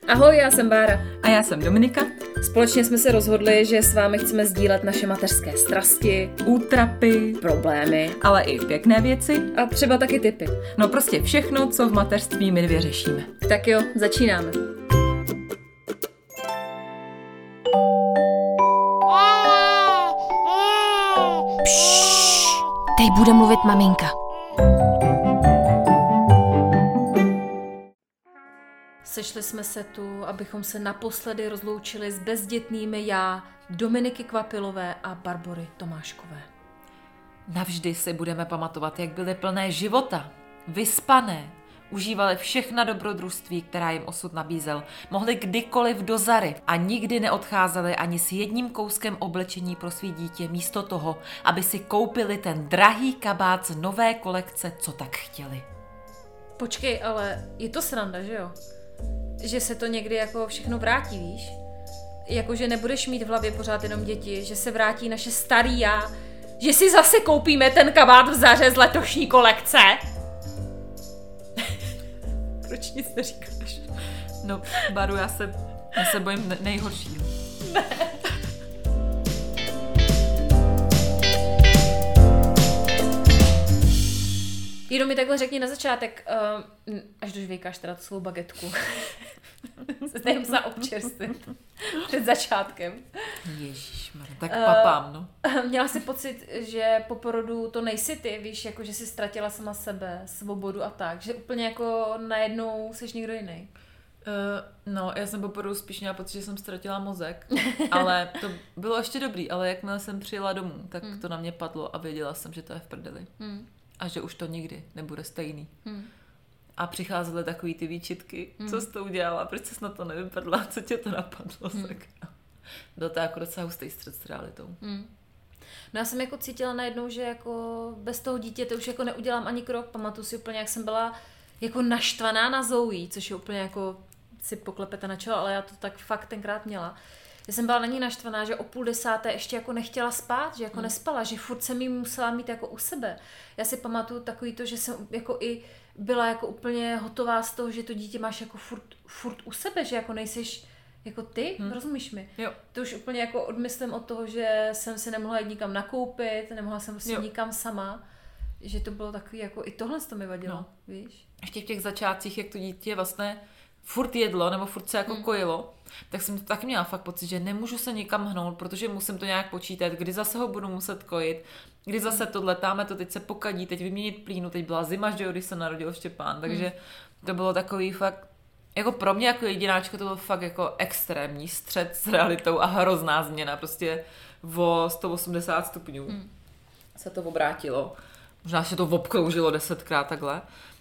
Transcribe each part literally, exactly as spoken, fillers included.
Ahoj, já jsem Bára. A já jsem Dominika. Společně jsme se rozhodli, že s vámi chceme sdílet naše mateřské strasti, útrapy, problémy, ale i pěkné věci. A třeba taky tipy. No prostě všechno, co v mateřství my dvě řešíme. Tak jo, začínáme. Pšš, teď bude mluvit maminka. Sešli jsme se tu, abychom se naposledy rozloučili s bezdětnými já, Dominiky Kvapilové a Barbory Tomáškové. Navždy si budeme pamatovat, jak byly plné života, vyspané, užívali všechna dobrodružství, která jim osud nabízel, mohli kdykoliv do zary a nikdy neodcházeli ani s jedním kouskem oblečení pro svý dítě místo toho, aby si koupili ten drahý kabát z nové kolekce, co tak chtěli. Počkej, ale je to sranda, že jo? Že se to někdy jako všechno vrátí, víš? Jakože nebudeš mít v hlavě pořád jenom děti, že se vrátí naše starý já, že si zase koupíme ten kabát v zaře z letošní kolekce. Proč nic neříkáš? No, Baru, já se, já se bojím ne- nejhoršího. Ne. Jenom mi takhle řekni na začátek, uh, až dožvejkáš teda tu svou bagetku. Se tady musela občerstvit před začátkem. Ježišmarja, tak uh, papám, no. Měla jsi pocit, že po porodu to nejsi ty, víš, jako že jsi ztratila sama sebe, svobodu a tak, že úplně jako najednou seš někdo jiný. Uh, no, já jsem po porodu spíš měla pocit, že jsem ztratila mozek, ale to bylo ještě dobrý, ale jakmile jsem přijela domů, tak hmm. to na mě padlo a věděla jsem, že to je v prdeli. Hmm. A že už to nikdy nebude stejný. Hmm. A přicházely takový ty výčitky, hmm. co jsi to udělala, proč jsi na to nevypadla, co tě to napadlo, hmm. tak byl to jako docela hustý střet s realitou. Hmm. No já jsem jako cítila najednou, že jako bez toho dítěte už jako neudělám ani krok, pamatuju si úplně, jak jsem byla jako naštvaná na Zoe, což je úplně jako si poklepete na čelo, ale já to tak fakt tenkrát měla. Já jsem byla na ní naštvaná, že o půl desáté ještě jako nechtěla spát, že jako hmm. nespala, že furt jsem jí musela mít jako u sebe. Já si pamatuju takový to, že jsem jako i byla jako úplně hotová z toho, že to dítě máš jako furt, furt u sebe, že jako nejseš jako ty, hmm. rozumíš mi? Jo. To už úplně jako odmyslím od toho, že jsem si nemohla jít nikam nakoupit, nemohla jsem prostě nikam sama, že to bylo takový jako i tohle to mi vadilo, no. Víš? Ještě v těch začátcích, jak to dítě vlastně furt jedlo, nebo furt se jako hmm. kojilo, tak jsem taky měla fakt pocit, že nemůžu se nikam hnout, protože musím to nějak počítat, kdy zase ho budu muset kojit, kdy zase tohle, táme to, teď se pokadí, teď vyměnit plínu, teď byla zima, že jo, když se narodil Štěpán, takže hmm. to bylo takový fakt, jako pro mě jako jedináčka to bylo fakt jako extrémní střet s realitou a hrozná změna, prostě o sto osmdesát stupňů hmm. se to obrátilo, možná se to obkroužilo desetkrát takhle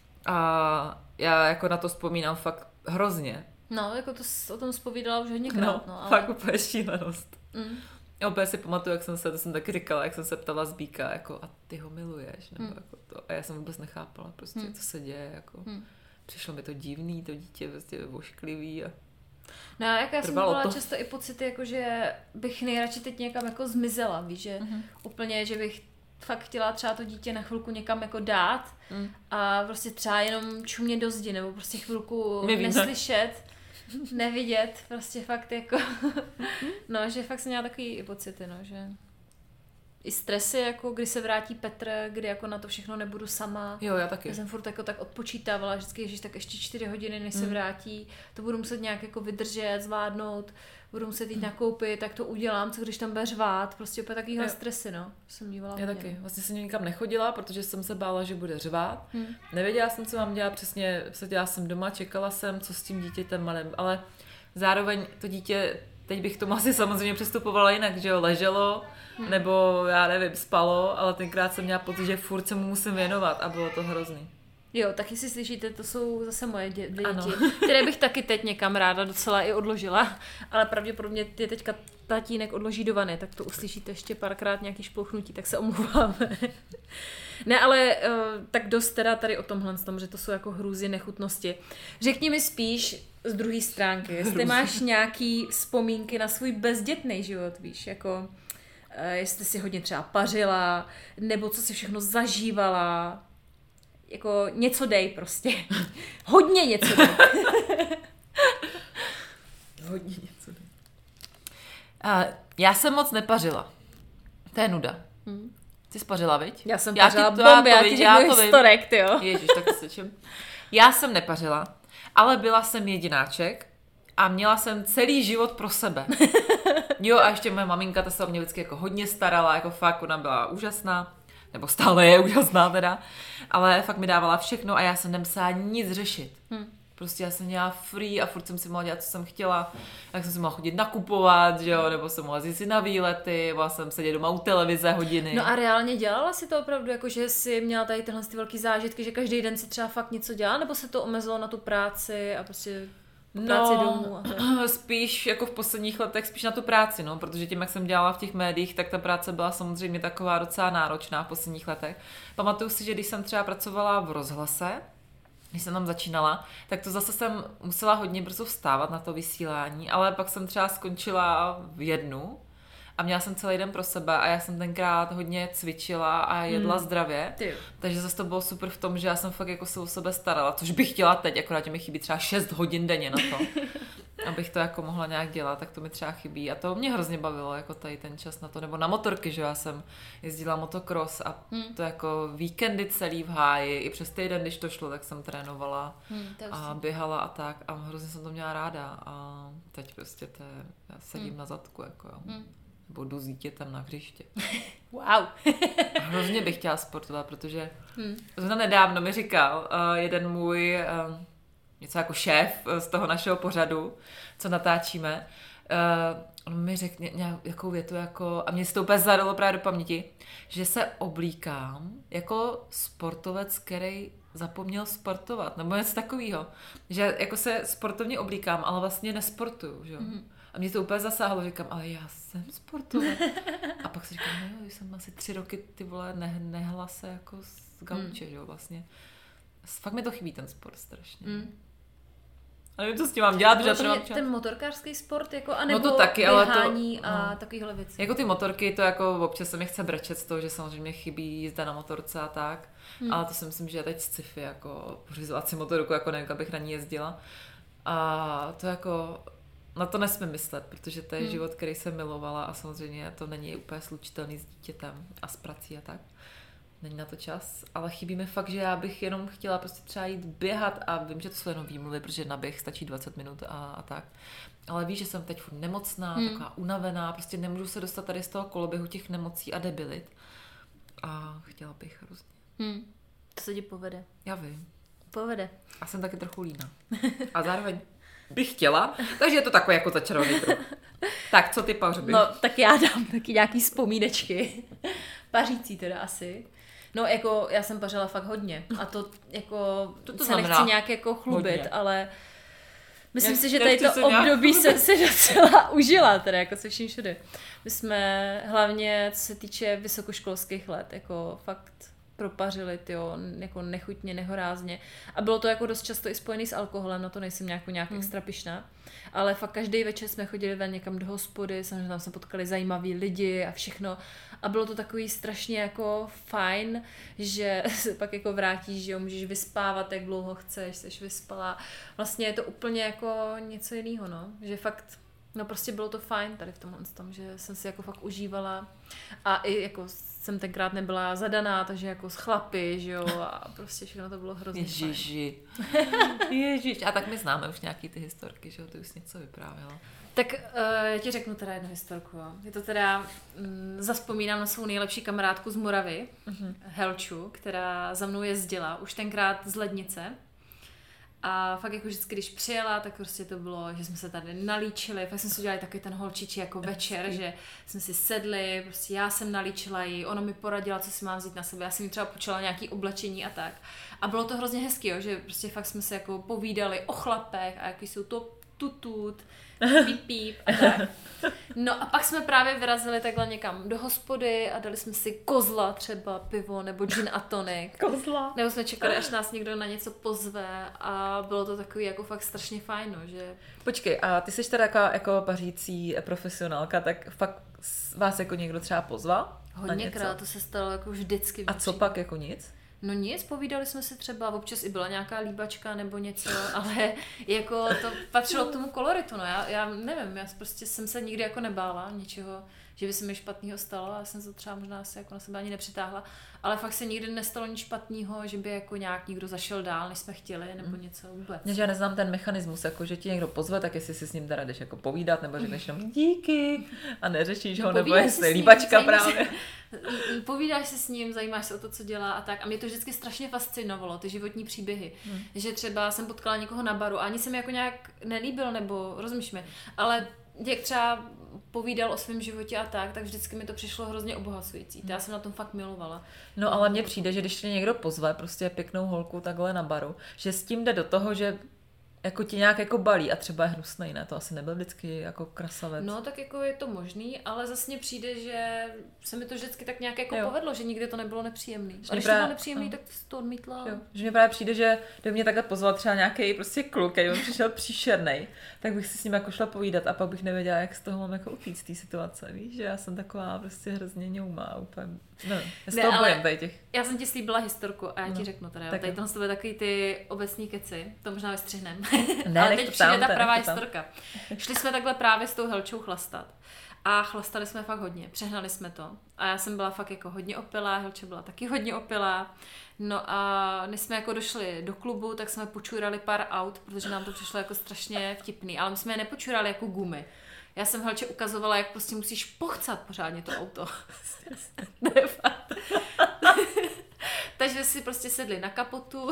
a já jako na to vzpomínám fakt hrozně. No, jako to o tom zpovídala už hodněkrát. No, no ale... fakt úplně šílenost. Mm. Já opět si pamatuju, jak jsem se, to jsem taky říkala, jak jsem se ptala Zbíka, jako a ty ho miluješ, nebo mm. jako to. A já jsem vůbec nechápala prostě, mm. co se děje, jako. Mm. Přišlo mi to divný, to dítě prostě vošklivý a no a jak já jsem měla často i pocity, jako že bych nejradši teď někam jako zmizela, víš, že mm. úplně, že bych fakt chtěla třeba to dítě na chvilku někam jako dát mm. a prostě třeba jenom čumět do zdi, nebo prostě chvilku neslyšet, nevidět, prostě fakt jako, no, že fakt jsem měla takový pocity, no, že i stresy, jako kdy se vrátí Petr, kdy jako na to všechno nebudu sama. Jo, já taky. Já jsem furt jako tak odpočítávala, vždycky, ježiš, tak ještě čtyři hodiny, než se mm. vrátí, to budu muset nějak jako vydržet, zvládnout, budu muset jít mm. nakoupit, tak to udělám, co když tam bude řvát, prostě opět takovýhle stresy, no. Jsem dívala. Já taky. Vlastně jsem nikam nechodila, protože jsem se bála, že bude řvát. Mm. Nevěděla jsem, co mám dělat, přesně seděla jsem doma, čekala jsem, co s tím dítětem malým, ale zároveň to dítě, teď bych tomu asi samozřejmě přistupovala jinak, že jo, leželo, hmm. nebo já nevím, spalo, ale tenkrát jsem měla pocit, že furt se mu musím věnovat a bylo to hrozný. Jo, taky si slyšíte, to jsou zase moje dě- děti, které bych taky teď někam ráda docela i odložila, ale pravděpodobně je teďka tatínek odloží do vany, tak to uslyšíte ještě párkrát nějaký šplouchnutí, tak se omlouváme. Ne, ale uh, tak dost teda tady o tomhle, tom, že to jsou jako hrůzy, nechutnosti. Řekni mi spíš z druhé stránky, jestli máš nějaký vzpomínky na svůj bezdětný život, víš, jako uh, jestli si hodně třeba pařila, nebo co si všechno zažívala, jako něco dej prostě. Hodně něco dej. hodně něco. A já jsem moc nepařila. To je nuda. Hmm. Jsi spařila, viď? Já jsem já pařila bomby, já ti řeknu historek, tyjo. Ježiš, tak se čím. Já jsem nepařila, ale byla jsem jedináček a měla jsem celý život pro sebe. Jo, a ještě moje maminka, ta se o mě vždycky jako hodně starala, jako fakt, ona byla úžasná, nebo stále je úžasná teda, ale fakt mi dávala všechno a já jsem nemusela nic řešit. Hmm. Prostě já jsem měla free a furt jsem si mohla dělat, co jsem chtěla. Tak jsem si mohla chodit nakupovat, že jo, nebo jsem mohla jít si na výlety, mohla jsem sedět doma u televize hodiny. No a reálně dělala si to opravdu, jako že jsi měla tady tyhle ty velký zážitky, že každý den si třeba fakt něco dělala, nebo se to omezilo na tu práci a prostě práci no, domů? A spíš jako v posledních letech, spíš na tu práci, no, protože tím, jak jsem dělala v těch médiích, tak ta práce byla samozřejmě taková docela náročná v posledních letech. Pamatuju si, že když jsem třeba pracovala v rozhlase, když jsem tam začínala, tak to zase jsem musela hodně brzo vstávat na to vysílání, ale pak jsem třeba skončila v jednu a měla jsem celý den pro sebe a já jsem tenkrát hodně cvičila a jedla hmm. zdravě, Ty. takže zase to bylo super v tom, že já jsem fakt jako se o sebe starala, což bych chtěla teď, akorát mi chybí třeba šest hodin denně na to, abych to jako mohla nějak dělat, tak to mi třeba chybí a to mě hrozně bavilo, jako tady ten čas na to, nebo na motorky, že já jsem jezdila motocross a hmm. to jako víkendy celý v háji, i přes týden, když to šlo, tak jsem trénovala hmm, a běhala a tak a hrozně jsem to měla ráda a teď prostě to je, já sedím hmm. na zadku, jako jo. Hmm. Nebo jdu s dítětem na hřiště. Wow. Hrozně bych chtěla sportovat, protože hmm. to nedávno mi říkal uh, jeden můj uh, něco jako šéf z toho našeho pořadu, co natáčíme. Uh, on mi řekl nějakou větu jako, a mě se to úplně zadalo právě do paměti, že se oblíkám jako sportovec, který zapomněl sportovat, nebo něco takového. Že jako se sportovně oblíkám, ale vlastně nesportuju, že jo. Mm-hmm. A mě to úplně zasáhlo, říkám, ale já jsem sportovec. A pak si říkám, no jo, jsem asi tři roky, ty vole, ne, nehla se jako z gauče, mm. že jo, vlastně. Fakt mi to chybí, ten sport strašně. Mm. A nevím, co s tím mám dělat, protože to ten motorkářský sport, jako, anebo no to taky, ale běhání to, a no. takovýhle věci. Jako ty motorky, to jako občas se mi chce brečet z toho, že samozřejmě chybí jízda na motorce a tak. Hmm. Ale to si myslím, že je teď sci-fi, jako pořizovat si motorku, jako nevím, abych na ní jezdila. A to jako, na to nesmím myslet, protože to je hmm. život, který jsem milovala a samozřejmě to není úplně slučitelný s dítětem a s prací a tak. Není na to čas, ale chybí mi fakt, že já bych jenom chtěla prostě třeba jít běhat a vím, že to jsou jenom výmluvy, protože na běh stačí dvacet minut a, a tak. Ale víš, že jsem teď furt nemocná, hmm. taková unavená, prostě nemůžu se dostat tady z toho koloběhu těch nemocí a debilit. A chtěla bych hrozně. Hmm. To se ti povede. Já vím. Povede. A jsem taky trochu líná. A zároveň bych chtěla, takže je to takový jako začarovaný kruh. Tak, co ty pohřby? No, tak já dám taky nějaký vzpomínečky. Pařící teda asi. No, jako já jsem pařila fakt hodně a to jako to to se nechci nějak jako chlubit, hodně. Ale myslím já, si, že tady to období jsem si docela užila, teda jako se vším všude. My jsme hlavně, co se týče vysokoškolských let, jako fakt propařili, tyjo, jako nechutně, nehorázně. A bylo to jako dost často i spojený s alkoholem, no to nejsem nějak, nějak hmm. extra pyšná. Ale fakt každý večer jsme chodili ven někam do hospody, samozřejmě tam se potkali zajímaví lidi a všechno. A bylo to takový strašně jako fajn, že se pak jako vrátíš, že jo, můžeš vyspávat, jak dlouho chceš, jsi vyspala. Vlastně je to úplně jako něco jiného, no. Že fakt, no prostě bylo to fajn tady v tomhle tom, že jsem si jako fakt užívala. A i jako jsem tenkrát nebyla zadaná, takže jako s chlapy, že jo, a prostě všechno to bylo hrozně Ježiši. Ježiš. A tak my známe už nějaký ty historky, že jo, ty už něco vyprávěla. Tak uh, já ti řeknu teda jednu historku. Jo. Je to teda, mm, zazpomínám na svou nejlepší kamarádku z Moravy, uh-huh. Helču, která za mnou jezdila, už tenkrát z Lednice. A fakt jako vždycky, když přijela, tak prostě to bylo, že jsme se tady nalíčili, fakt jsme si udělali takový ten holčičí jako večer, že jsme si sedli, prostě já jsem nalíčila jí, ona mi poradila, co si mám vzít na sebe, já jsem jí třeba počala nějaký oblečení a tak. A bylo to hrozně hezky, jo, že prostě fakt jsme se jako povídali o chlapech a jaký jsou to tutut, píp, píp a tak. No a pak jsme právě vyrazili takhle někam do hospody a dali jsme si kozla, třeba pivo nebo gin a tonic. Kozla. Nebo jsme čekali, až nás někdo na něco pozve a bylo to takový jako fakt strašně fajn, no, že... Počkej, a ty jsi teda jako, jako pařící profesionálka, tak fakt vás jako někdo třeba pozval? Hodněkrát, to se stalo jako vždycky. A co pak, jako nic? No nic, povídali jsme si třeba, občas i byla nějaká líbačka nebo něco, ale jako to patřilo k tomu koloritu, no já, já nevím, já prostě jsem se nikdy jako nebála něčeho, že by se mi špatného stalo, a já jsem to třeba možná asi jako na sebe ani nepřitáhla, ale fakt se nikdy nestalo nic špatného, že by jako nějak někdo zašel dál, než jsme chtěli, nebo něco vůbec. Že já neznám ten mechanismus, jako že ti někdo pozve, tak jestli si s ním teda jdeš jako povídat, nebo řekneš jenom díky a neřešíš no, ho, nebo jestli líbačka právě. Se, povídáš se s ním, zajímáš se o to, co dělá a tak. A mě to vždycky strašně fascinovalo, ty životní příběhy. Hmm. Že třeba jsem potkala někoho na baru a ani se mi jako nějak nelíbil, nebo rozumíš mi, ale jak třeba povídal o svém životě a tak, tak vždycky mi to přišlo hrozně obohacující. Já jsem na tom fakt milovala. No ale mně přijde, že když tě někdo pozve prostě pěknou holku takhle na baru, že s tím jde do toho, že jako ti nějak jako balí a třeba je hnusnej, ne? To asi nebyl vždycky jako krasavec. No tak jako je to možný, ale zase mně přijde, že se mi to vždycky tak nějak jako jo. povedlo, že nikdy to nebylo nepříjemný. Že a když právě, to bylo nepříjemný, no. tak to odmítla. Jo. Že mi právě přijde, že kdyby mě takhle pozval třeba nějaký prostě kluk, který by přišel příšernej, tak bych si s ním jako šla povídat a pak bych nevěděla, jak z toho mám jako utíct z té situace, víš, že já jsem taková prostě hrozně ňoumá, úplně, no, já z toho bojím tady těch. Já jsem ti slíbila historku a já no. ti řeknu teda, tak tady to jsou takový ty obecní keci, to možná vystřihneme. Ne, ale teď přijde tam, ta pravá tam. historka. Šli jsme takhle právě s tou Helčou chlastat. A chlastali jsme fakt hodně, přehnali jsme to. A já jsem byla fakt jako hodně opilá, Helča byla taky hodně opilá. No a než jsme jako došli do klubu, tak jsme počurali pár aut, protože nám to přišlo jako strašně vtipný. Ale my jsme je nepočurali jako gumy. Já jsem Helče ukazovala, jak prostě musíš pochcat pořádně to auto. Takže si prostě sedli na kapotu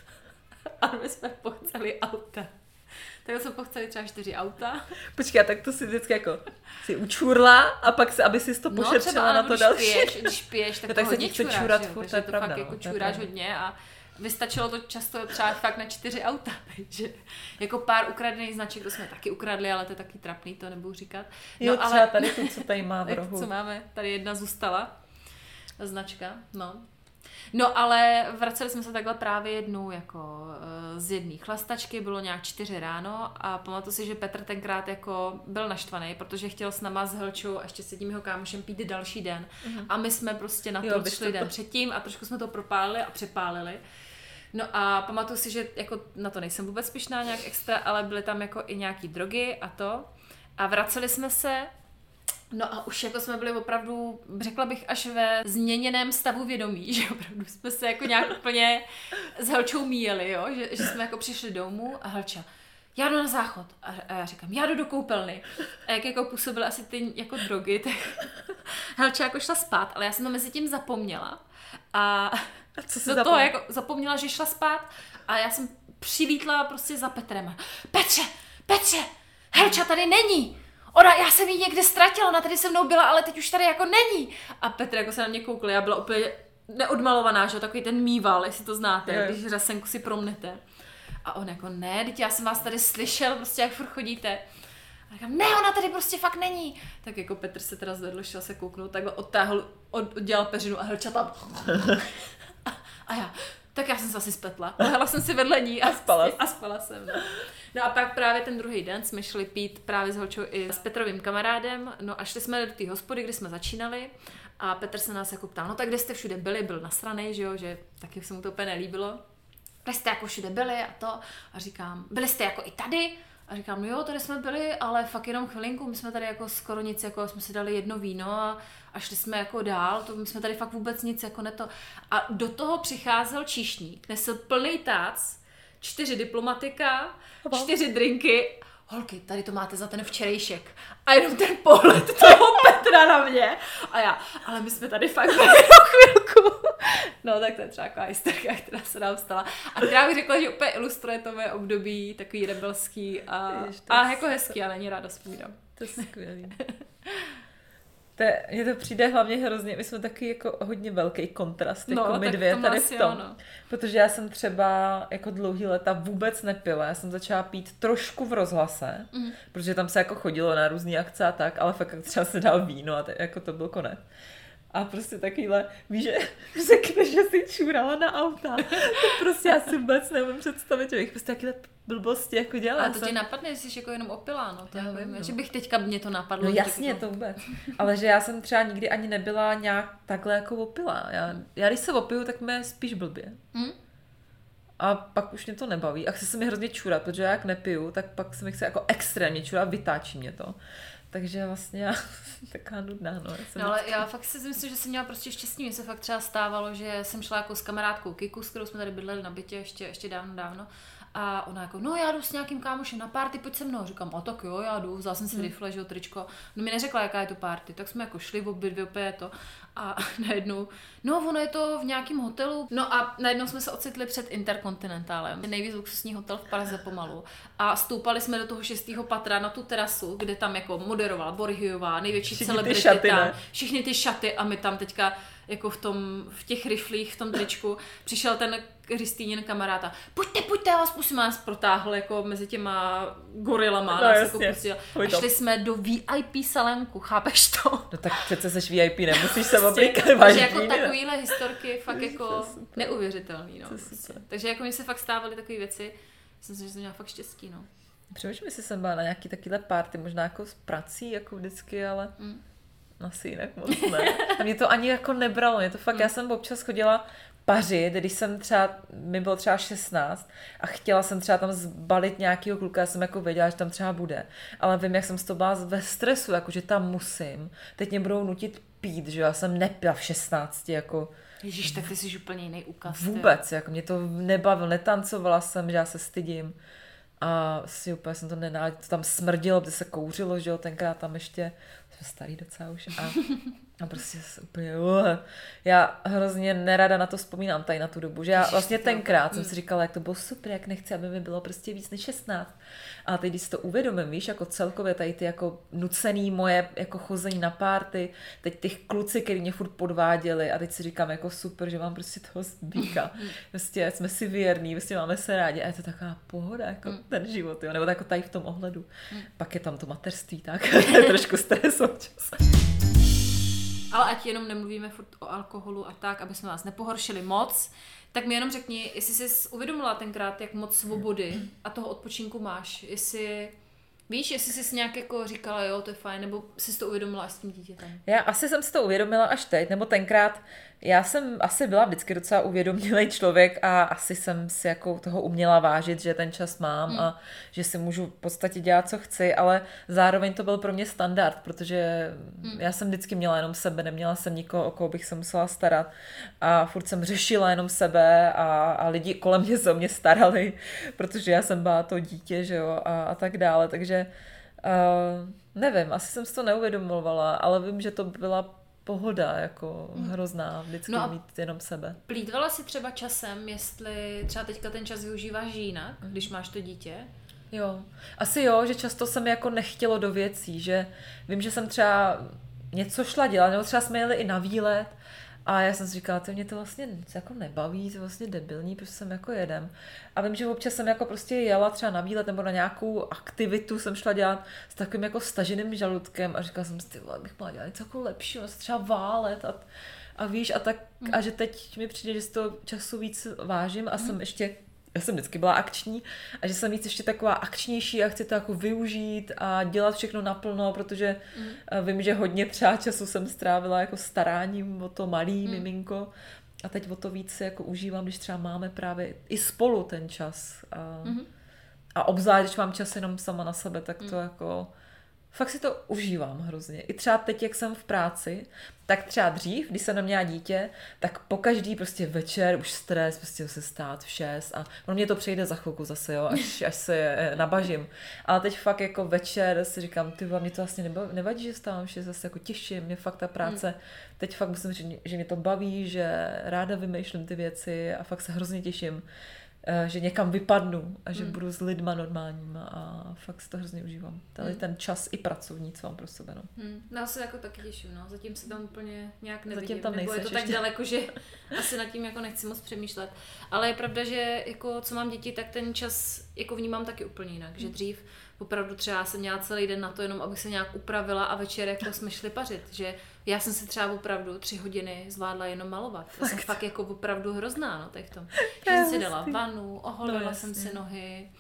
a my jsme pochcali auta. Tak jsme pochceli třeba čtyři auta. Počkej, tak to si vždycky jako si učurla a pak se, aby si to pošetřila no, na to další. Piješ, když piješ, tak, no, to tak hodně se čuráš, čurat, jo, furt, takže to je to pravda, fakt no, jako to je čuráš pravda. hodně a vystačilo to často třeba fakt na čtyři auta, takže jako pár ukradených značek, to jsme taky ukradli, ale to je taky trapný, to nebudu říkat. No, jo, třeba ale tady tu, co tady má v rohu. Co máme? Tady jedna zůstala. Značka, no. No ale vraceli jsme se takhle právě jednou jako z jedné chlastačky, bylo nějak čtyři ráno a pamatuju si, že Petr tenkrát jako byl naštvaný, protože chtěl s náma s Helčou a ještě s jedním jeho kámošem pít další den. Mm-hmm. A my jsme prostě na to šli den předtím a trošku jsme to propálili a přepálili. No a pamatuju si, že jako na to nejsem vůbec pyšná nějak extra, ale byly tam jako i nějaký drogy a to. A vraceli jsme se. No a už jako jsme byli opravdu, řekla bych, až ve změněném stavu vědomí, že opravdu jsme se jako nějak úplně s Helčou míjeli, jo? Že, že jsme jako přišli domů a Helča, já jdu na záchod. A, a já říkám, já jdu do koupelny. A jak jako působily asi ty jako drogy, tak Helča jako šla spát, ale já jsem to mezi tím zapomněla. A, a co do toho jako zapomněla, že šla spát a já jsem přilítla prostě za Petrem. Petře, Petře, Helča tady není. Ona, já jsem ji někde ztratila, ona tady se mnou byla, ale teď už tady jako není. A Petr jako se na mě koukl, já byla úplně neodmalovaná, že takový ten mýval, jestli to znáte, je. Když řasenku si promnete. A on jako, ne, teď já jsem vás tady slyšel, prostě jak furt chodíte. A říkám, ne, ona tady prostě fakt není. Tak jako Petr se teda zvedl, šel se kouknout, takhle odtáhl, od, oddělal peřinu a Helča tam. a, a já, tak já jsem se asi spletla. Lehla jsem si vedle ní a spala, a spala jsem. No. No a pak právě ten druhý den jsme šli pít právě s Holčou i s Petrovým kamarádem, no a šli jsme do té hospody, kde jsme začínali a Petr se nás jako ptal, no tak kde jste všude byli, byl nasranej, že jo, že taky se mu to úplně nelíbilo. Kde jste jako všude byli a to a říkám, byli jste jako i tady? A říkám, no jo, tady jsme byli, ale fakt jenom chvilinku, my jsme tady jako skoro nic, jako jsme si dali jedno víno a, a šli jsme jako dál, to my jsme tady fakt vůbec nic jako neto. A do toho přicházel číšník, nesl plný tác, čtyři diplomatika, čtyři drinky. Holky, tady to máte za ten včerejšek. A jenom ten pohled toho Petra na mě. A já, ale my jsme tady fakt byli chvilku. No tak to je třeba taková historka, která se nám stala. A která bych řekla, že úplně ilustruje to moje období, takový rebelský a, Jež, a jako hezký, ale není ráda vzpomínám. To je skvělý. Mně to přijde hlavně hrozně, my jsme taky jako hodně velký kontrast, jako no, my dvě tady v tom. Jo, no. Protože já jsem třeba jako dlouhý leta vůbec nepila, já jsem začala pít trošku v rozhlase, mm. protože tam se jako chodilo na různý akce a tak, ale fakt třeba se dal víno a to, jako to byl konec. A prostě takovýhle, víš, že řekneš, že jsi čurala na auta. To prostě já si vůbec neumím představit, že bych prostě takovýhle blbosti jako dělá. A to ti napadne, jestli jsi jako jenom opilá, no. To já jako, vím, no. Že bych teďka mě to napadlo. No jasně, to vůbec. Ale že já jsem třeba nikdy ani nebyla nějak takhle jako opilá. Já, já když se opiju, tak mě spíš blbě. Hmm? A pak už mě to nebaví. A chce se mi hrozně čurat, protože já jak nepiju, tak pak se mi chce jako extrémně čurat, vytáčí mě to. Takže vlastně já taková nudná, no. Já no ale já fakt si myslím, že jsem měla prostě štěstí. Mně se fakt třeba stávalo, že jsem šla jako s kamarádkou Kiku, s kterou jsme tady bydleli na bytě ještě, ještě dávno, dávno. A ona jako, no já jdu s nějakým kámošem na party, pojď se mnou. Říkám, a tak jo, já jdu, vzala jsem si hmm. rifle, že jo, tričko. No mi neřekla, jaká je to party, tak jsme jako šli v obě dvě opět to. A najednou, no ono je to v nějakém hotelu. No a najednou jsme se ocitli před Interkontinentálem, nejvíc luxusní hotel v Praze pomalu. A stoupali jsme do toho šestého patra na tu terasu, kde tam jako moderovala Borhyová, největší všichni celebrity ty šaty, tam. Ne? Všichni ty šaty a my tam teďka jako v tom, v těch riflích, v tom tričku, přišel ten Kristýnin kamarád a pojďte, pojďte, já vás pusím, nás protáhl jako mezi těma gorilama, no, nás jako pustil. A šli to. jsme do V I P salonku, chápeš to? No tak přece seš V I P, nemusíš se oblíkat. Takže jako takovýhle historky fakt jako neuvěřitelný, no. Prostě. Takže jako mi se fakt stávaly takové věci, myslím si, že jsem měla fakt štěstí, no. Přemýšlím, jestli jsem byla na nějaký takovýhle party, možná jako s prací, jako vždycky, ale mm. asi jinak moc ne. A mě to ani jako nebralo, mě to fakt, mm. já jsem občas chodila pařit, když jsem třeba, mi bylo třeba šestnáct a chtěla jsem třeba tam zbalit nějakýho kluka, já jsem jako věděla, že tam třeba bude. Ale vím, jak jsem z toho byla ve stresu, jako že tam musím. Teď mě budou nutit pít, že já jsem nepila v šestnácti, jako... Ježíš, tak ty jsi úplně jiný úkaz. Vůbec, jako mě to nebavilo, netancovala jsem, že já se stydím. A si úplně jsem to nenáděla, to tam smrdilo, protože se kouřilo, že jo, tenkrát tam ještě, jsme starý docela už a, a prostě úplně, uh, já hrozně nerada na to vzpomínám tady na tu dobu, že já vlastně tenkrát jsem si říkala, jak to bylo super, jak nechci, aby mi bylo prostě víc než šestnáct. A teď, když si to uvědomím, víš, jako celkově tady ty jako nucený moje jako chození na párty, teď těch kluci, který mě furt podváděli a teď si říkám jako super, že mám prostě toho zbíka. Prostě jsme si věrní, prostě máme se rádi a je to taková pohoda, jako mm. ten život, jo, nebo jako tady v tom ohledu. Mm. Pak je tam to mateřství, tak je trošku stres občas. Ale ať jenom nemluvíme furt o alkoholu a tak, aby jsme vás nepohoršili moc, tak mi jenom řekni, jestli jsi uvědomila tenkrát, jak moc svobody a toho odpočinku máš, jestli víš, jestli jsi nějak jako říkala, jo, to je fajn, nebo jsi to uvědomila až s tím dítětem? Já asi jsem si to uvědomila až teď, nebo tenkrát, já jsem asi byla vždycky docela uvědomělý člověk a asi jsem si jako toho uměla vážit, že ten čas mám hmm. a že si můžu v podstatě dělat, co chci, ale zároveň to byl pro mě standard, protože hmm. já jsem vždycky měla jenom sebe, neměla jsem nikoho, o koho bych se musela starat a furt jsem řešila jenom sebe a, a lidi kolem mě se o mě starali, protože já jsem byla to dítě, že jo, a, a tak dále, takže uh, nevím, asi jsem si to neuvědomovala, ale vím, že to byla pohoda, jako hmm. hrozná, vždycky no mít jenom sebe. Plýtvala si třeba časem, jestli třeba teďka ten čas využíváš jinak, hmm. když máš to dítě? Jo, asi jo, že často se mi jako nechtělo do věcí, že vím, že jsem třeba něco šla dělat, nebo třeba jsme jeli i na výlet a já jsem si říkala, to mě to vlastně jako nebaví, to je vlastně debilní, protože jsem jako jedem. A vím, že občas jsem jako prostě jela třeba na výlet nebo na nějakou aktivitu jsem šla dělat s takovým jako staženým žaludkem a říkala jsem si, ty vole, bych mohla dělat něco jako lepšího, třeba válet a, a víš, a tak, a že teď mi přijde, že z toho času víc vážím a jsem ještě já jsem vždycky byla akční a že jsem víc ještě taková akčnější a chci to jako využít a dělat všechno naplno, protože mm. vím, že hodně třeba času jsem strávila jako staráním o to malý mm. miminko a teď o to víc jako užívám, když třeba máme právě i spolu ten čas a, mm. a obzvlášť, když mám čas jenom sama na sebe, tak to mm. jako fakt si to užívám hrozně. I třeba teď, jak jsem v práci, tak třeba dřív, když jsem neměla dítě, tak po každý prostě večer už stres, prostě se stát v šest a ono mě to přejde za chvilku zase, jo, až, až se nabažím. Ale teď fakt jako večer si říkám, ty mě to vlastně nevadí, že stávám v šest, zase jako těším, mě fakt ta práce, hmm. teď fakt musím říct, že mě to baví, že ráda vymýšlím ty věci a fakt se hrozně těším, že někam vypadnu a že hmm. budu s lidma normálníma a fakt si to hrozně užívám. Tady hmm. ten čas i pracovní, co mám pro sebe. No. Hmm. Já se jako taky těším, no. Zatím se tam úplně nějak nevidím. Zatím tam nebo je to tak ještě. daleko, že asi nad tím jako nechci moc přemýšlet. Ale je pravda, že jako co mám děti, tak ten čas jako vnímám taky úplně jinak. Hmm. Že dřív opravdu třeba jsem měla celý den na to jenom, abych se nějak upravila a večer jako jsme šli pařit. Že já jsem si třeba opravdu tři hodiny zvládla jenom malovat. Já jsem fakt jako opravdu hrozná, no, tak v tom. Že jsem si dala vanu, oholila no, jsem si nohy,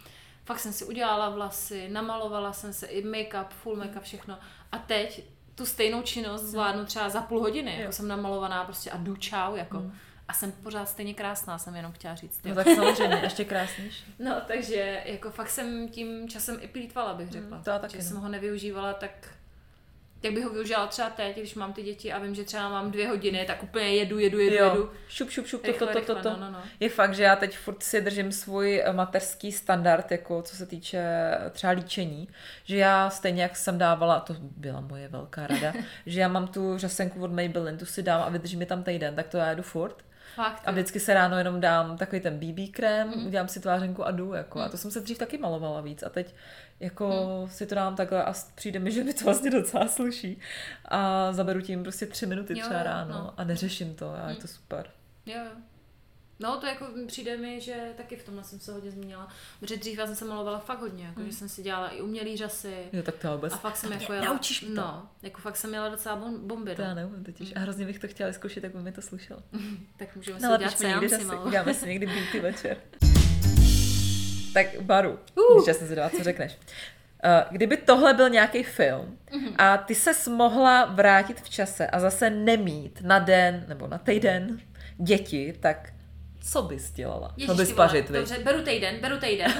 Fakt jsem si udělala vlasy, namalovala jsem se i make-up, full make-up, všechno. A teď tu stejnou činnost zvládnu třeba za půl hodiny, jako jsem namalovaná prostě a jdu čau, jako. Mm. A jsem pořád stejně krásná, jsem jenom chtěla říct. No tak samozřejmě, ještě krásnější. No, takže jako fakt jsem tím časem i plýtvala, bych řekla. Mm, to taky, že no. jsem ho nevyužívala, tak jak bych ho využila třeba teď, když mám ty děti a vím, že třeba mám dvě hodiny, tak úplně jedu, jedu, jedu, jo. jedu. Šup, šup, šup, rychle, to, to, rychle, to, to. No, no, no. Je fakt, že já teď furt si držím svůj mateřský standard, jako co se týče třeba líčení, že já stejně jak jsem dávala, to byla moje velká rada, že já mám tu řasenku od Maybelline, tu si dám a vydrží mi tam týden, tak to já jedu furt. Fakt, a vždycky se ráno jenom dám takový ten bé bé krém, mm. udělám si tvářenku a jdu, jako. Mm. A to jsem se dřív taky malovala víc a teď jako mm. si to dám takhle a přijde mi, že mi to vlastně docela sluší. A zaberu tím prostě tři minuty jo, třeba ráno no. a neřeším to a mm. je to super. Jo, jo. No to jako přijde mi, že taky v tomhle jsem se hodně zmínila. Protože dřív já jsem se malovala fakt hodně, jako, mm. že jsem si dělala i umělý řasy. Jo, tak to vůbec. A fakt jsem a jako jela, naučíš mi to. No, jako fakt jsem jela docela bomby. To já neumím totiž. A hrozně bych to chtěla zkoušet, tak by mi to slušelo. Tak můžeme no, si udělat seanci malou. Uděláme si někdy beauty večer. Tak Baru, uh. když jsem si dala, co řekneš. Uh, kdyby tohle byl nějaký film mm-hmm. a ty ses mohla vrátit v čase a zase nemít na den nebo na týden děti, tak co bys dělala? Ježiš, co bys pařit, vy? Dobře, beru týden, beru týden.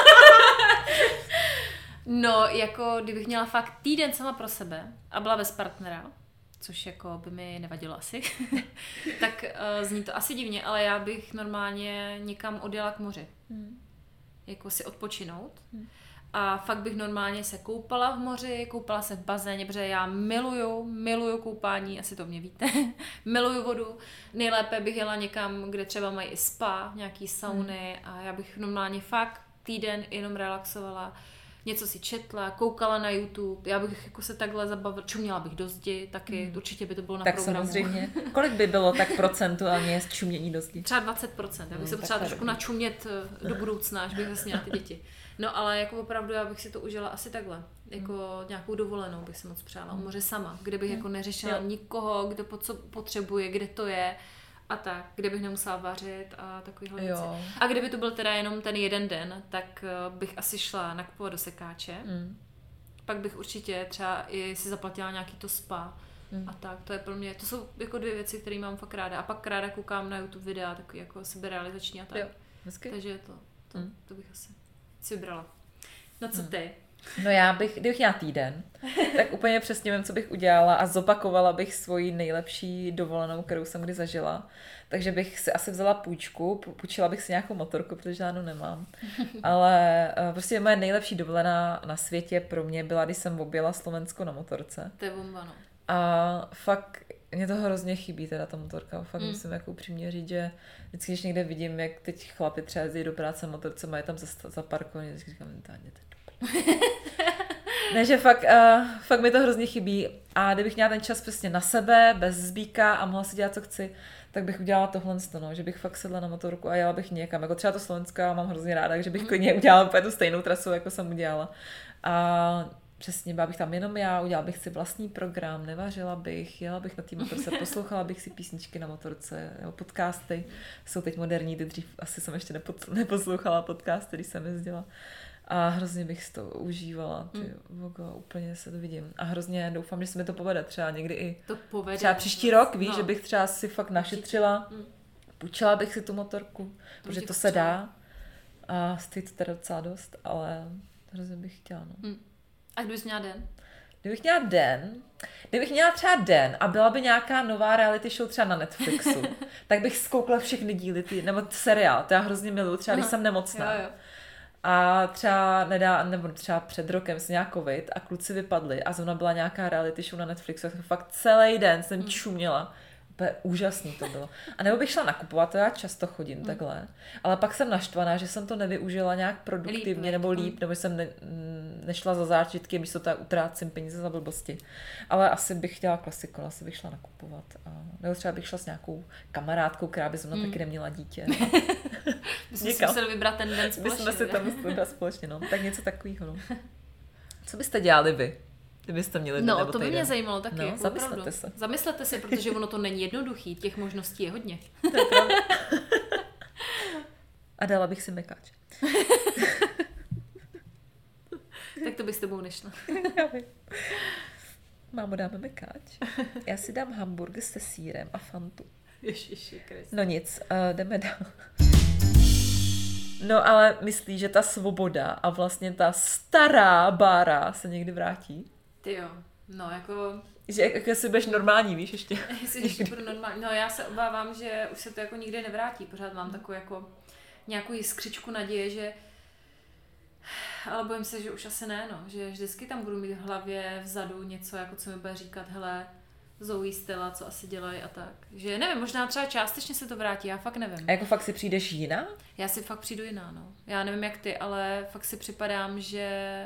No, jako kdybych měla fakt týden sama pro sebe a byla bez partnera, což jako by mi nevadilo asi, tak uh, zní to asi divně, ale já bych normálně někam odjela k moři. Hmm. Jako si odpočinout. Hmm. A fakt bych normálně se koupala v moři, koupala se v bazéně, protože já miluju, miluju koupání, asi to mě víte, miluju vodu. Nejlépe bych jela někam, kde třeba mají i spa, nějaký sauny hmm. a já bych normálně fakt týden jenom relaxovala, něco si četla, koukala na YouTube, já bych jako se takhle zabavila, čuměla bych do zdi, taky hmm. určitě by to bylo na tak programu. Tak samozřejmě. Kolik by bylo tak procentuálně z čumění do zdi? Třeba dvacet procent, já bych hmm, se potřeba trošku načumět do budoucna, až bych zase měla ty děti. No ale jako opravdu já bych si to užila asi takhle, jako hmm. nějakou dovolenou bych si moc přála, u moře sama, kde bych hmm. jako neřešila jo. nikoho, kdo po co potřebuje, kde to je a tak, kde bych nemusela vařit a takovýhle věci. A kdyby to byl teda jenom ten jeden den, tak bych asi šla nakupovat do sekáče, hmm. pak bych určitě třeba i si zaplatila nějaký to spa hmm. a tak, to je pro mě, to jsou jako dvě věci, které mám fakt ráda a pak ráda koukám na YouTube videa, takový jako seberealizační a tak. Jo. Takže to, to, hmm. to bych asi si vybrala. No co ty? No já bych, kdybych měla týden, tak úplně přesně vím, co bych udělala a zopakovala bych svoji nejlepší dovolenou, kterou jsem kdy zažila. Takže bych si asi vzala půjčku, půjčila bych si nějakou motorku, protože žádnou nemám. Ale prostě moje nejlepší dovolená na světě pro mě byla, když jsem objela Slovensko na motorce. To je bomba, no. A fakt mě to hrozně chybí, teda ta motorka. Fakt mm. musím jako upřímně říct, že vždycky, když někde vidím, jak teď chlapi třeba jezdí do práce motorce, mají tam zaparkovaný, vždycky říkám, mentálně to ne, že fakt, uh, fakt mi to hrozně chybí a kdybych měla ten čas přesně na sebe, bez zbíka a mohla si dělat, co chci, tak bych udělala tohle, no, že bych fakt sedla na motorku a jela bych někam, jako třeba to Slovensko mám hrozně ráda, takže bych mm. klidně udělala úplně tu stejnou trasu, jako jsem udělala. A přesně, byla bych tam jenom já, udělala bych si vlastní program, nevařila bych, jela bych na té motorce, poslouchala bych si písničky na motorce, jo, podcasty, jsou teď moderní, ty dřív asi jsem ještě nepod, neposlouchala podcasty, když jsem jezdila. A hrozně bych si to užívala, ty mm. vogo, úplně se to vidím. A hrozně doufám, že se mi to povede třeba někdy i to povede, třeba příští rok, víš, no. že bych třeba si fakt našetřila, mm. půjčila bych si tu motorku, protože to se dá a stojí to teda docela dost, ale hrozně bych chtěla, no. Mm. A kdybych měla den? Kdybych měla den, kdybych měla třeba den a byla by nějaká nová reality show třeba na Netflixu, tak bych zkoukla všechny díly, ty, nebo seriál, to já hrozně miluju, třeba když jsem nemocná. Jo, jo. A třeba nedá, nebo třeba před rokem jsem nějak covid a kluci vypadli a zrovna byla nějaká reality show na Netflixu, tak fakt celý den jsem čuměla. Úplně úžasný to bylo. A nebo bych šla nakupovat, to já často chodím mm. takhle, ale pak jsem naštvaná, že jsem to nevyužila nějak produktivně líp, nebo líp, nebo jsem ne, nešla za zážitky, místo toho utrácím peníze za blbosti. Ale asi bych chtěla klasiku, asi bych šla nakupovat. A, nebo třeba bych šla s nějakou kamarádkou, která by zrovna mm. taky neměla dítě. Bychom si museli vybrat ten den společně. Bychom si tam museli vybrat společně, no. Tak něco takového, no. Co byste dělali vy? Kdybyste měli den no, nebo to by týden. mě zajímalo taky. No, jako zamyslete opravdu. se. Zamyslete se, protože ono to není jednoduchý, těch možností je hodně. To je pravda. A dala bych si mekáč. Tak to bych s tebou nešla. Mámo, dáme mekáč. Já si dám hamburger se sýrem a fantu. Ježiši Kriste. No nic, uh, jdeme dál. No ale myslíš, že ta svoboda a vlastně ta stará Bára se někdy vrátí? Ty jo, no jako... Že jak, jak si budeš normální, víš, ještě. Jestli ještě budu normální. No já se obávám, že už se to jako nikdy nevrátí. Pořád mám takovou jako nějakou jiskřičku naděje, že... Ale bojím se, že už asi ne, no. Že vždycky tam budu mít v hlavě vzadu něco, jako co mi bude říkat, hele, Zoe Stella, co asi dělají a tak. Že nevím, možná třeba částečně se to vrátí, já fakt nevím. A jako fakt si přijdeš jiná? Já si fakt přijdu jiná, no. Já nevím jak ty, ale fakt si připadám, že...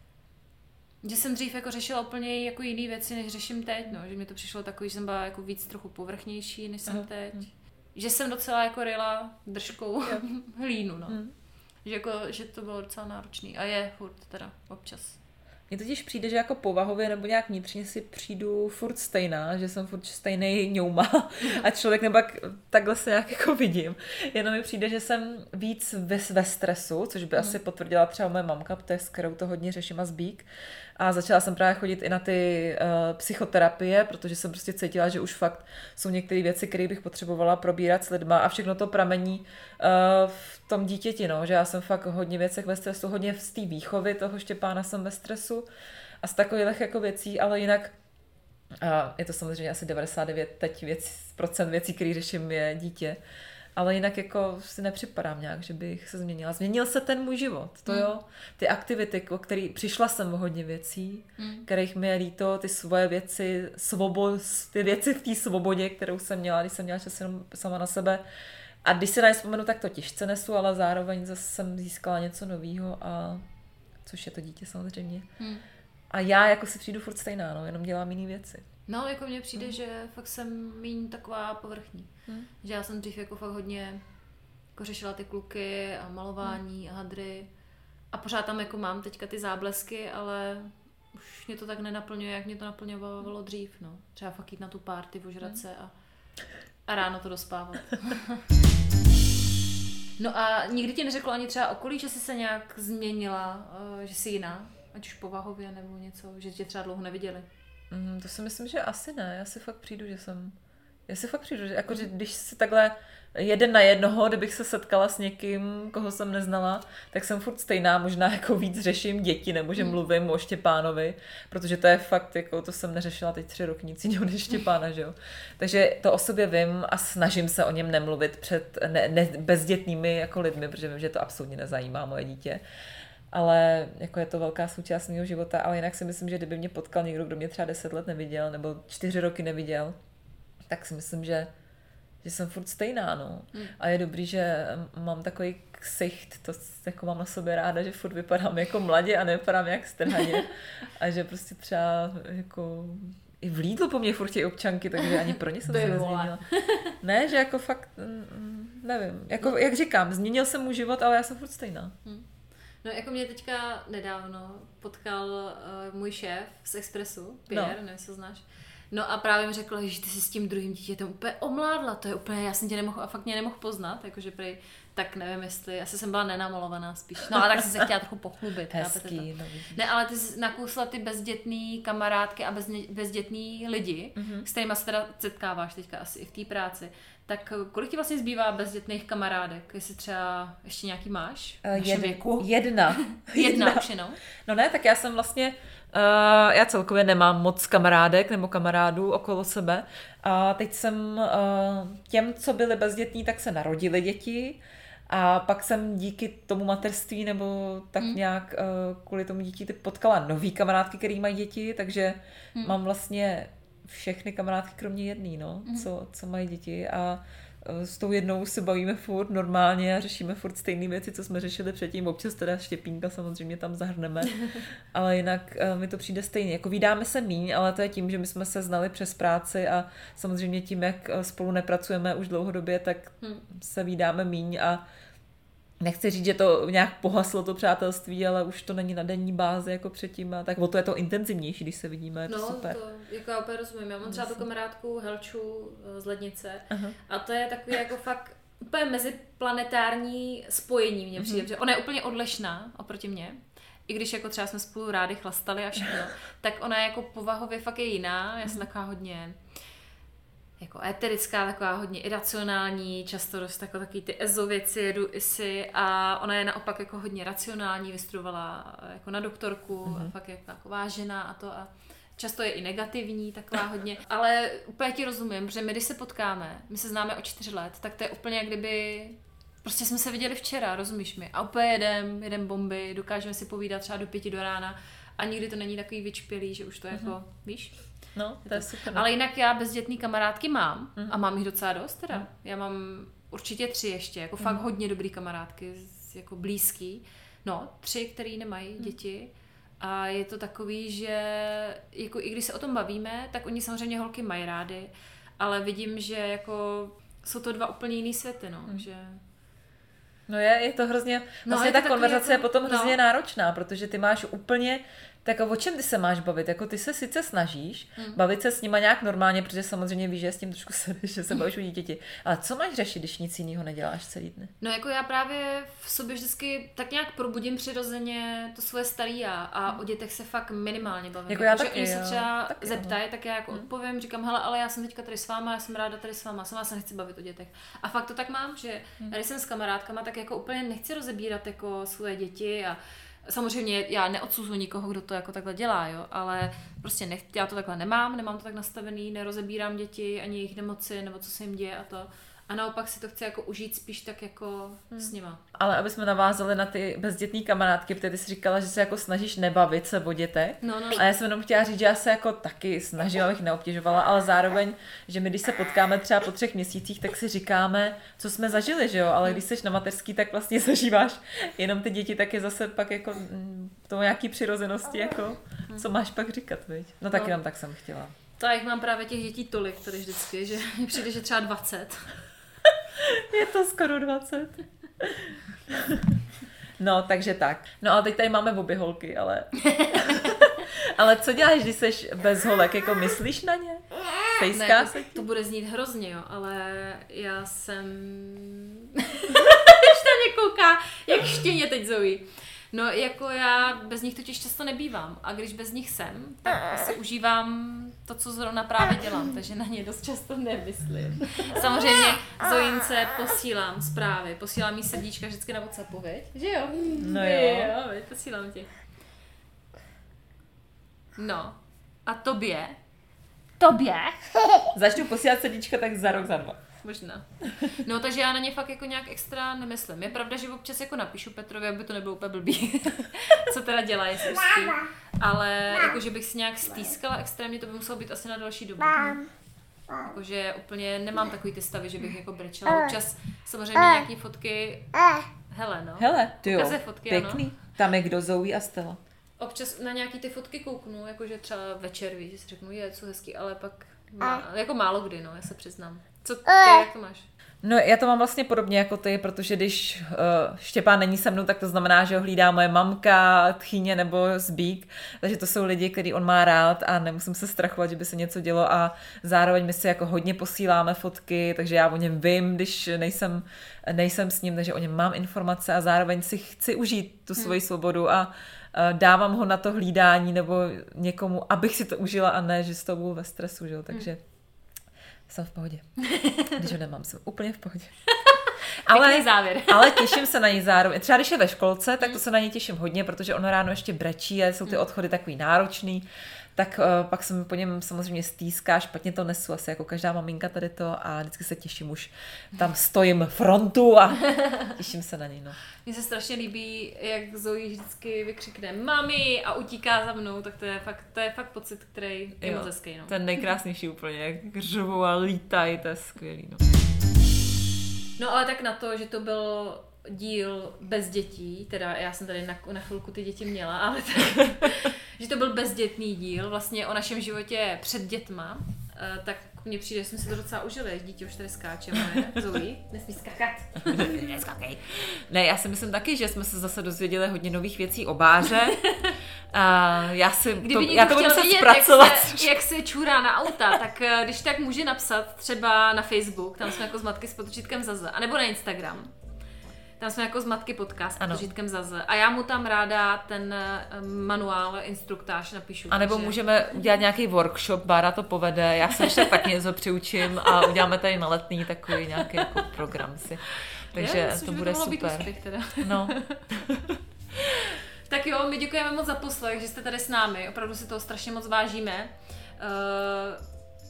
Že jsem dřív jako řešila úplně jako jiný věci, než řeším teď, no. Že mi to přišlo takový, že jsem byla jako víc trochu povrchnější, než jsem teď. Uh-huh. Že jsem docela jako ryla držkou hlínu, no. Uh-huh. Že, jako, že to bylo docela náročný. A je furt teda občas. Mně totiž přijde, že jako povahově nebo nějak vnitřně si přijdu furt stejná, že jsem furt stejnej ňouma a člověk nebo takhle se nějak jako vidím. Jenom mi přijde, že jsem víc ve, ve stresu, což by mm. asi potvrdila třeba moje mamka, protože s kterou to hodně řeším a zbík. A začala jsem právě chodit i na ty uh, psychoterapie, protože jsem prostě cítila, že už fakt jsou některé věci, které bych potřebovala probírat s lidma a všechno to pramení uh, v tom dítěti, no, že já jsem fakt hodně věcech ve stresu, hodně z té výchovy toho Štěpána jsem ve stresu a z takových jako věcí, ale jinak uh, je to samozřejmě asi devadesát devět teď věc, procent věcí, které řeším, je dítě. Ale jinak jako si nepřipadám nějak, že bych se změnila. Změnil se ten můj život, to mm. jo. Ty aktivity, o který přišla jsem o hodně věcí, mm. kterých mi je líto, ty svoje věci, svobo, ty věci v té svobodě, kterou jsem měla, když jsem měla čas jenom sama na sebe. A když si na ně vzpomenu, tak to těžce nesu, ale zároveň zase jsem získala něco novýho, a což je to dítě samozřejmě. Mm. A já jako si přijdu furt stejná, no, jenom dělám jiné věci. No, jako mně přijde, hmm. že fakt jsem míň taková povrchní. Hmm. Že já jsem dřív jako fakt hodně jako řešila ty kluky a malování hmm. a hadry. A pořád tam jako mám teďka ty záblesky, ale už mě to tak nenaplňuje, jak mě to naplňovalo dřív. No. Třeba fakt jít na tu party, ožrat hmm. se a, a ráno to dospávat. No a nikdy ti neřeklo ani třeba okolí, že jsi se nějak změnila, že jsi jiná? Ať už povahově nebo něco, že tě třeba dlouho neviděli? Mm, to si myslím, že asi ne. Já si fakt přijdu, že jsem... Já si fakt přijdu, že, jako, že když si takhle jeden na jednoho, kdybych se setkala s někým, koho jsem neznala, tak jsem furt stejná, možná jako víc řeším děti, nebo že mluvím o Štěpánovi, protože to je fakt, jako to jsem neřešila teď tři roky nic jiného než Štěpána, že jo. Takže to o sobě vím a snažím se o něm nemluvit před ne, ne, bezdětnými jako lidmi, protože vím, že to absolutně nezajímá moje dítě. Ale jako je to velká součást mého života, ale jinak si myslím, že kdyby mě potkal někdo, kdo mě třeba deset let neviděl, nebo čtyři roky neviděl, tak si myslím, že, že jsem furt stejná, no. Mm. A je dobrý, že mám takový ksicht, to jako mám na sobě ráda, že furt vypadám jako mladě a nevypadám jak strhaně. A že prostě třeba jako i v Lidlu po mně furt tějí občanky, takže ani pro ně jsem se nezměnila. Ne, že jako fakt, nevím, jako jak říkám, změnil jsem můj život, ale já jsem furt stejná. Mm. No jako mě teďka nedávno potkal uh, můj šéf z Expressu, Pierre, no. Nevím, jestli to znáš. No a právě mi řekl, že ty jsi s tím druhým dítětem úplně omládla, to je úplně, já jsem tě nemohl, a fakt mě nemohl poznat, jakože prej, tak nevím jestli, asi jsem byla nenamalovaná spíš. No a tak jsem se chtěla trochu pochlubit. Hezký, no. Ne, ale ty jsi nakousla ty bezdětný kamarádky a bezně, bezdětný lidi, mm-hmm. s kterými se teda setkáváš teďka asi i v té práci. Tak kolik ti vlastně zbývá bezdětných kamarádek? Jestli třeba ještě nějaký máš v našem Jed, věku? Jedna. Jedna už jenom? No ne, tak já jsem vlastně, uh, já celkově nemám moc kamarádek nebo kamarádů okolo sebe. A teď jsem uh, těm, co byli bezdětní, tak se narodili děti. A pak jsem díky tomu mateřství nebo tak hmm. nějak uh, kvůli tomu dítěti potkala nový kamarádky, který mají děti, takže hmm. mám vlastně všechny kamarádky kromě jedný, no, mm. co, co mají děti a s tou jednou se bavíme furt normálně a řešíme furt stejné věci, co jsme řešili předtím, občas teda Štěpínka samozřejmě tam zahrneme, ale jinak uh, mi to přijde stejně, jako vídáme se míň, ale to je tím, že my jsme se znali přes práci a samozřejmě tím, jak spolu nepracujeme už dlouhodobě, tak mm. se vídáme míň a nechci říct, že to nějak pohaslo to přátelství, ale už to není na denní bázi jako předtím. A tak o to je to intenzivnější, když se vidíme, je to no, super. No, to jako já úplně rozumím. Já mám třeba tu kamarádku Helču z Lednice uh-huh. a to je takový jako fakt úplně meziplanetární spojení mě přijde, uh-huh. protože ona je úplně odlišná oproti mně. i když jako třeba jsme spolu rádi chlastali a všechno, tak ona jako povahově fakt je jiná, já jsem taková hodně jako eterická, taková hodně iracionální, často dost jako takový ty ezo věci, jedu i si a ona je naopak jako hodně racionální, vystudovala jako na doktorku, mm-hmm. a fakt je jako vážená a to a často je i negativní, taková hodně, ale úplně ti rozumím, že my když se potkáme, my se známe o čtyři let, tak to je úplně jak kdyby prostě jsme se viděli včera, rozumíš mi? A úplně jedem, jedem bomby, dokážeme si povídat třeba do pěti do rána a nikdy to není takový vyčpělý, že už to jako, mm-hmm. víš? No, to je super. Ale jinak já bezdětný kamarádky mám mm. a mám jich docela dost teda. Mm. Já mám určitě tři ještě, jako mm. fakt hodně dobrý kamarádky, jako blízký. No, tři, který nemají mm. děti. A je to takový, že jako i když se o tom bavíme, tak oni samozřejmě holky mají rády, ale vidím, že jako jsou to dva úplně jiný světy, no, mm. že... No je, je to hrozně, vlastně no, ta konverzace jako, je potom hrozně no. náročná, protože ty máš úplně, tak o čem ty se máš bavit? Jako ty se sice snažíš hmm. bavit se s nima nějak normálně, protože samozřejmě víš, že s tím trošku sedeš, že se bavíš u dítěti. Ale co máš řešit, když nic jiného neděláš celý dny? No jako já právě v sobě vždycky tak nějak probudím přirozeně to svoje starý já a hmm. o dětech se fakt minimálně bavím. Jako já jako, taky, oni se třeba taky, zeptají, tak já jako hmm. odpovím, říkám, hele, ale já jsem teďka tady s váma, já jsem ráda tady s váma, sama se nechci bavit o dětech. A fakt to tak mám, že hmm. když jsem s kamarádkama, tak jako úplně nechci rozebírat jako svoje děti a samozřejmě já neodsuzuji nikoho, kdo to jako takhle dělá, jo, ale prostě nech, já to takhle nemám, nemám to tak nastavený, nerozebírám děti, ani jejich nemoci, nebo co se jim děje a to. A naopak si to chci jako užít spíš tak jako hmm. s nima. Ale aby jsme navázali na ty bezdětní kamarádky, protože ty jsi říkala, že se jako snažíš nebavit se o dětech. No, no. A já jsem jenom chtěla říct, že já se jako taky snažila, abych neobtěžovala, ale zároveň, že my když se potkáme třeba po třech měsících, tak si říkáme, co jsme zažili, že jo? Ale hmm. když jsi na mateřský, tak vlastně zažíváš jenom ty děti, tak je zase pak jako to nějaký přirozenosti, jako hmm. co máš pak říkat, viď? No tak no. jenom tak jsem chtěla. Tak mám právě těch dětí tolik tady vždycky, že mi přijde, že třeba dvacet. Je to skoro dvacet. No, takže tak. No a teď tady máme obě holky, ale... ale co děláš, když jsi bez holek? Jako myslíš na ně? Fejská se? To bude znít hrozně, jo, ale já jsem... Ještě na mě kouká, jak štěně teď Zoe. No, jako já bez nich totiž často nebývám a když bez nich jsem, tak si užívám to, co zrovna právě dělám, takže na ně dost často nemyslím. Samozřejmě Zoince posílám zprávy, posílám jí srdíčka vždycky na WhatsAppu, viď? Že jo? No jo. Jo, viď, posílám ti. No, a tobě? Tobě? Začnu posílat srdíčka tak za rok, za dva. Možná. No, takže já na ně fakt jako nějak extra nemyslím. Je pravda, že občas jako napíšu Petrovi, aby to nebylo úplně blbý. Co teda dělá, jestli spí. Ale jako, že bych si nějak stýskala extrémně, to by muselo být asi na další dobu. Jakože úplně nemám takový ty stavy, že bych jako brečela. Občas samozřejmě nějaký fotky. Hele, no. Hele, ty jo, fotky, pěkný. Ano. Tam je kdo, Zoe a Stella. Občas na nějaký ty fotky kouknu, jakože třeba večer, víš, že si řeknu, je, co hezký, ale pak má, jako málo kdy, no, já se přiznám. Co ty, jak to máš? No já to mám vlastně podobně jako ty, protože když uh, Štěpán není se mnou, tak to znamená, že ho hlídá moje mamka, tchýně nebo Zbík, takže to jsou lidi, který on má rád a nemusím se strachovat, že by se něco dělo a zároveň my si jako hodně posíláme fotky, takže já o něm vím, když nejsem, nejsem s ním, takže o něm mám informace a zároveň si chci užít tu svoji hmm. svobodu a uh, dávám ho na to hlídání nebo někomu, abych si to užila a ne, že s tou budu ve stresu, že jo, takže... Hmm. Jsem v pohodě. Když ho nemám, jsem úplně v pohodě. Ale, závěr. ale těším se na něj zároveň. Třeba když je ve školce, tak to se na něj těším hodně, protože ono ráno ještě brečí a jsou ty odchody takový náročný. Tak uh, pak se mi po něm samozřejmě stýská, špatně to nesu, asi jako každá maminka tady to a vždycky se těším, už tam stojím frontu a těším se na něj. No. Mně se strašně líbí, jak Zoe vždycky vykřikne mami a utíká za mnou, tak to je fakt, to je fakt pocit, který je moc hezký. No. Ten nejkrásnější úplně, jak řvou a lítají, to je skvělý. No. no ale tak na to, že to byl díl bez dětí, teda já jsem tady na, na chvilku ty děti měla, ale tak, že to byl bezdětný díl, vlastně o našem životě před dětma, tak mně přijde, že jsme si to docela užili, dítě už tady skáče, moje Zoe, nesmí skákat. Neskákej. Ne, já si myslím taky, že jsme se zase dozvěděli hodně nových věcí o Báře. A já si to, já to budu muset zpracovat. Jak se, jak se čůrá na auta, tak když tak může napsat třeba na Facebook, tam jsme jako z matky s područítkem Zaza, anebo na Instagram. tam jsme jako z matky podcast pod řídkem Zaze a já mu tam ráda ten manuál, instruktáž napíšu. A nebo takže... můžeme udělat nějaký workshop, Bára to povede, já se ještě taky něco přiučím a uděláme tady na Letný takový nějaký jako program si. Takže je, myslím, to že bude by to super. Být úspěch teda. No. Tak jo, my děkujeme moc za poslech, že jste tady s námi, opravdu si toho strašně moc vážíme. Uh,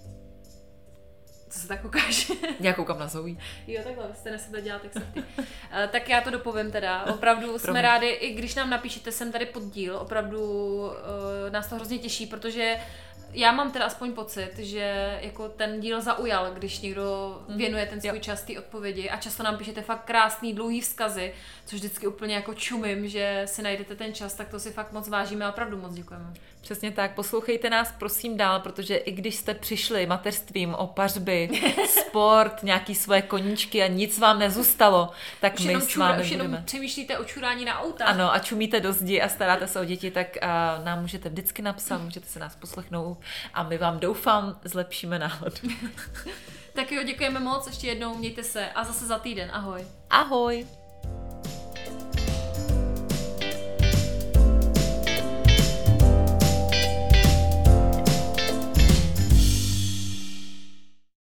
co se tak ukáže? Já koukám na Zoe. Jo, takhle, vy jste na sebe dělat excepty. Uh, tak já to dopovím teda, opravdu jsme rádi, i když nám napíšete sem tady pod díl, opravdu uh, nás to hrozně těší, protože já mám teda aspoň pocit, že jako ten díl zaujal, když někdo věnuje ten svůj čas té odpovědi a často nám píšete fakt krásný, dlouhý vzkazy, což vždycky úplně jako čumím, že si najdete ten čas, tak to si fakt moc vážíme a opravdu moc děkujeme. Přesně tak, poslouchejte nás prosím dál, protože i když jste přišli mateřstvím o pařby, sport, nějaký svoje koníčky a nic vám nezůstalo, tak už my s vámi už budeme. Jenom přemýšlíte o čurání na auta. Ano, a čumíte do zdi a staráte se o děti, tak uh, nám můžete vždycky napsat, můžete se nás poslechnout a my vám doufám zlepšíme náladu. Tak jo, děkujeme moc, ještě jednou, mějte se a zase za týden, ahoj. Ahoj.